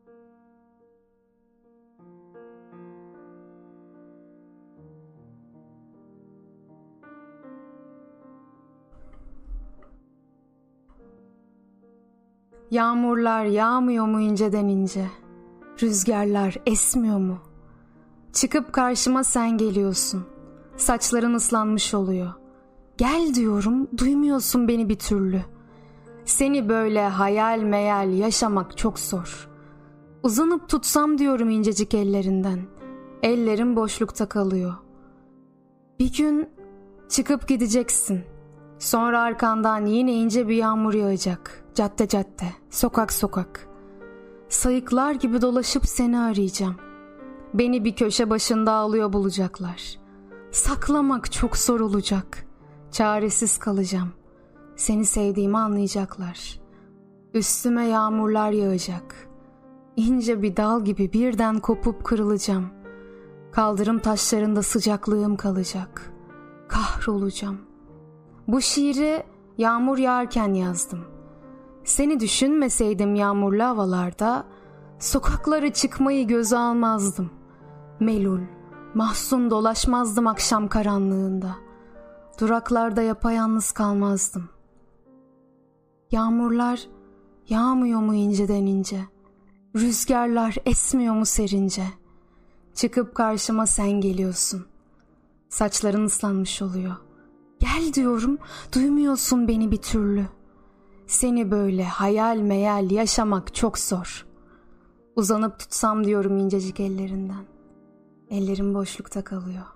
Yağmurlar yağmıyor mu inceden ince? Rüzgarlar esmiyor mu? Çıkıp karşıma sen geliyorsun. Saçların ıslanmış oluyor. Gel diyorum, duymuyorsun beni bir türlü. Seni böyle hayal meyal yaşamak çok zor. Uzanıp tutsam diyorum incecik ellerinden. Ellerim boşlukta kalıyor. Bir gün çıkıp gideceksin. Sonra arkandan yine ince bir yağmur yağacak. Cadde cadde, sokak sokak. Sayıklar gibi dolaşıp seni arayacağım. Beni bir köşe başında ağlıyor bulacaklar. Saklamak çok zor olacak. Çaresiz kalacağım. Seni sevdiğimi anlayacaklar. Üstüme yağmurlar yağacak. İnce bir dal gibi birden kopup kırılacağım. Kaldırım taşlarında sıcaklığım kalacak. Kahrolacağım. Bu şiiri yağmur yağarken yazdım. Seni düşünmeseydim yağmurlu havalarda sokaklara çıkmayı göze almazdım. Melul, mahzun dolaşmazdım akşam karanlığında. Duraklarda yapayalnız kalmazdım. Yağmurlar yağmıyor mu inceden ince? Rüzgarlar esmiyor mu serince? Çıkıp karşıma sen geliyorsun. Saçların ıslanmış oluyor. Gel diyorum, duymuyorsun beni bir türlü. Seni böyle hayal meyal yaşamak çok zor. Uzanıp tutsam diyorum incecik ellerinden. Ellerim boşlukta kalıyor.